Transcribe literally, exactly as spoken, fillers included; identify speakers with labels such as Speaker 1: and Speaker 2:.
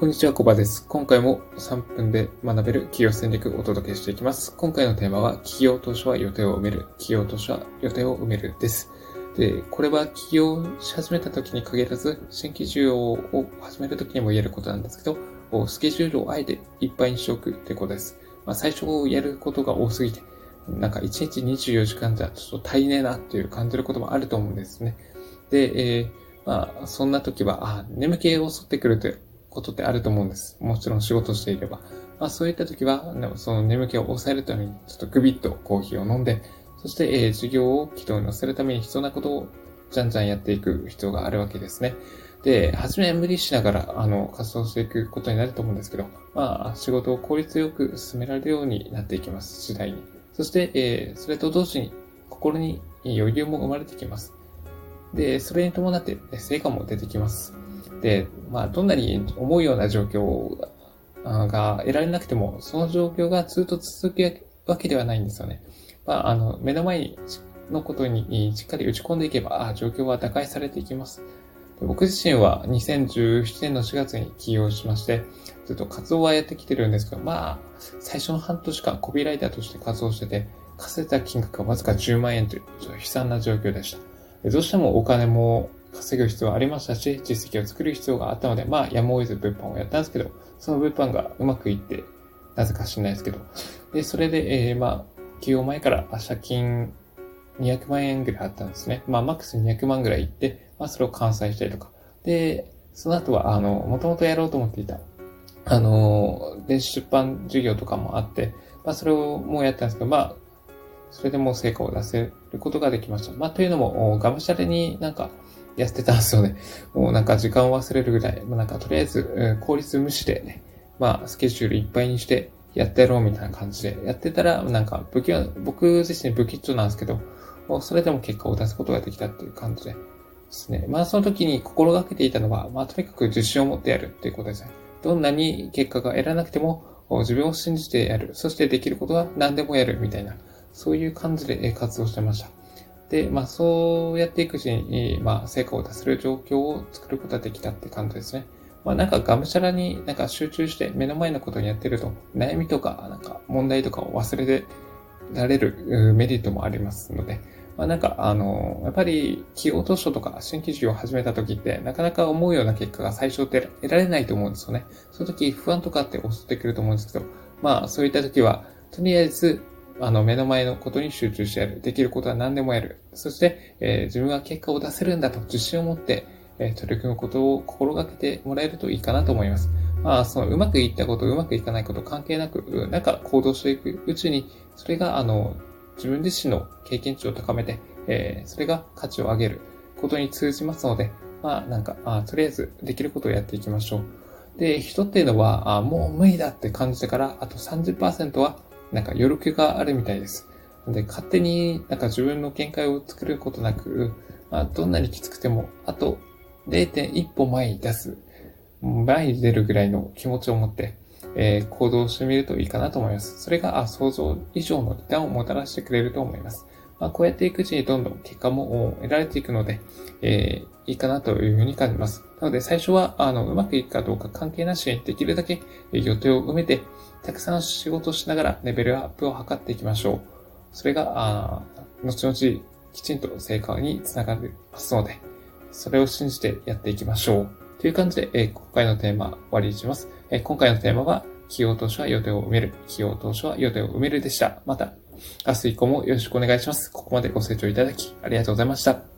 Speaker 1: こんにちは、コバです。今回もさんぷんで学べる企業戦略をお届けしていきます。今回のテーマは、企業当初は予定を埋める。企業当初は予定を埋めるです。で、これは起業し始めた時に限らず、新規事業を始める時にも言えることなんですけど、スケジュールをあえていっぱいにしておくということです。まあ、最初やることが多すぎて、なんかいちにちにじゅうよじかんじゃちょっと足りねえなっていう感じることもあると思うんですね。で、えー、まあ、そんな時は、あ、眠気を襲ってくるということってあると思うんです。もちろん仕事していれば。まあ、そういった時は、その眠気を抑えるために、ちょっとグビッとコーヒーを飲んで、そして、えー、事業を軌道に乗せるために必要なことをじゃんじゃんやっていく必要があるわけですね。で、初めは無理しながら、あの、活動していくことになると思うんですけど、まあ、仕事を効率よく進められるようになっていきます、次第に。そして、えー、それと同時に、心に余裕も生まれてきます。で、それに伴って成果も出てきます。で、まあ、どんなに思うような状況が得られなくても、その状況がずっと続くわけではないんですよね。まあ、あの、目の前のことにしっかり打ち込んでいけば、状況は打開されていきます。で、僕自身はにせんじゅうななねんのしがつに起業しまして、ずっと活動はやってきてるんですけど、まあ、最初の半年間コピーライターとして活動してて、稼いだ金額がわずかじゅうまんえんという悲惨な状況でした。どうしてもお金も稼ぐ必要はありましたし、実績を作る必要があったので、まあ、やむを得ず物販をやったんですけど、その物販がうまくいって、なぜか知らないですけど。で、それで、えー、まあ、起業前から借金にひゃくまんえんぐらいあったんですね。まあ、マックスにひゃくまんぐらいいって、まあ、それを完済したりとか。で、その後は、あの、もともとやろうと思っていた、あの、電子出版事業とかもあって、まあ、それをもうやったんですけど、まあ、それでも成果を出せることができました。まあ、というのも、がむしゃらになんかやってたんですよね。もうなんか時間を忘れるぐらい、まあ、なんかとりあえず効率無視でね、まあ、スケジュールいっぱいにしてやってやろうみたいな感じでやってたら、なんか不器用、僕自身不吉祥なんですけど、それでも結果を出すことができたっていう感じでですね。まあ、その時に心がけていたのは、まあ、とにかく自信を持ってやるっていうことですね。どんなに結果が得られなくても、自分を信じてやる。そしてできることは何でもやるみたいな。そういう感じで活動してました。で、まあそうやっていくうちに、まあ成果を出せる状況を作ることができたって感じですね。まあなんかがむしゃらになんか集中して目の前のことにやってると悩みとかなんか問題とかを忘れてられるメリットもありますので、まあなんかあの、やっぱり起業当初とか新規事業を始めた時ってなかなか思うような結果が最初って得られないと思うんですよね。その時不安とかって襲ってくると思うんですけど、まあそういった時はとりあえずあの、目の前のことに集中してやる。できることは何でもやる。そして、えー、自分が結果を出せるんだと自信を持って、えー、取り組むことを心がけてもらえるといいかなと思います。まあ、そのうまくいったこと、うまくいかないこと関係なく、なんか行動していくうちに、それが、あの、自分自身の経験値を高めて、えー、それが価値を上げることに通じますので、まあ、なんか、あとりあえずできることをやっていきましょう。で、人っていうのは、あもう無理だって感じてから、あと さんじゅっパーセント は、なんか余力があるみたいです。で、勝手になんか自分の見解を作ることなく、まあ、どんなにきつくても、あと れいてんいち 歩前に出す、前に出るぐらいの気持ちを持って、えー、行動してみるといいかなと思います。それがあ想像以上のリターンをもたらしてくれると思います。まあ、こうやっていくうちにどんどん結果も得られていくので、えー、いいかなというふうに感じます。なので最初はあのうまくいくかどうか関係なしにできるだけ予定を埋めて、たくさん仕事をしながらレベルアップを図っていきましょう。それが、あ後々きちんと成果につながりますので、それを信じてやっていきましょう。という感じで、えー、今回のテーマ終わりにします、えー。今回のテーマは、起業当初は予定を埋める。起業当初は予定を埋めるでした。また、明日以降もよろしくお願いします。ここまでご清聴いただき、ありがとうございました。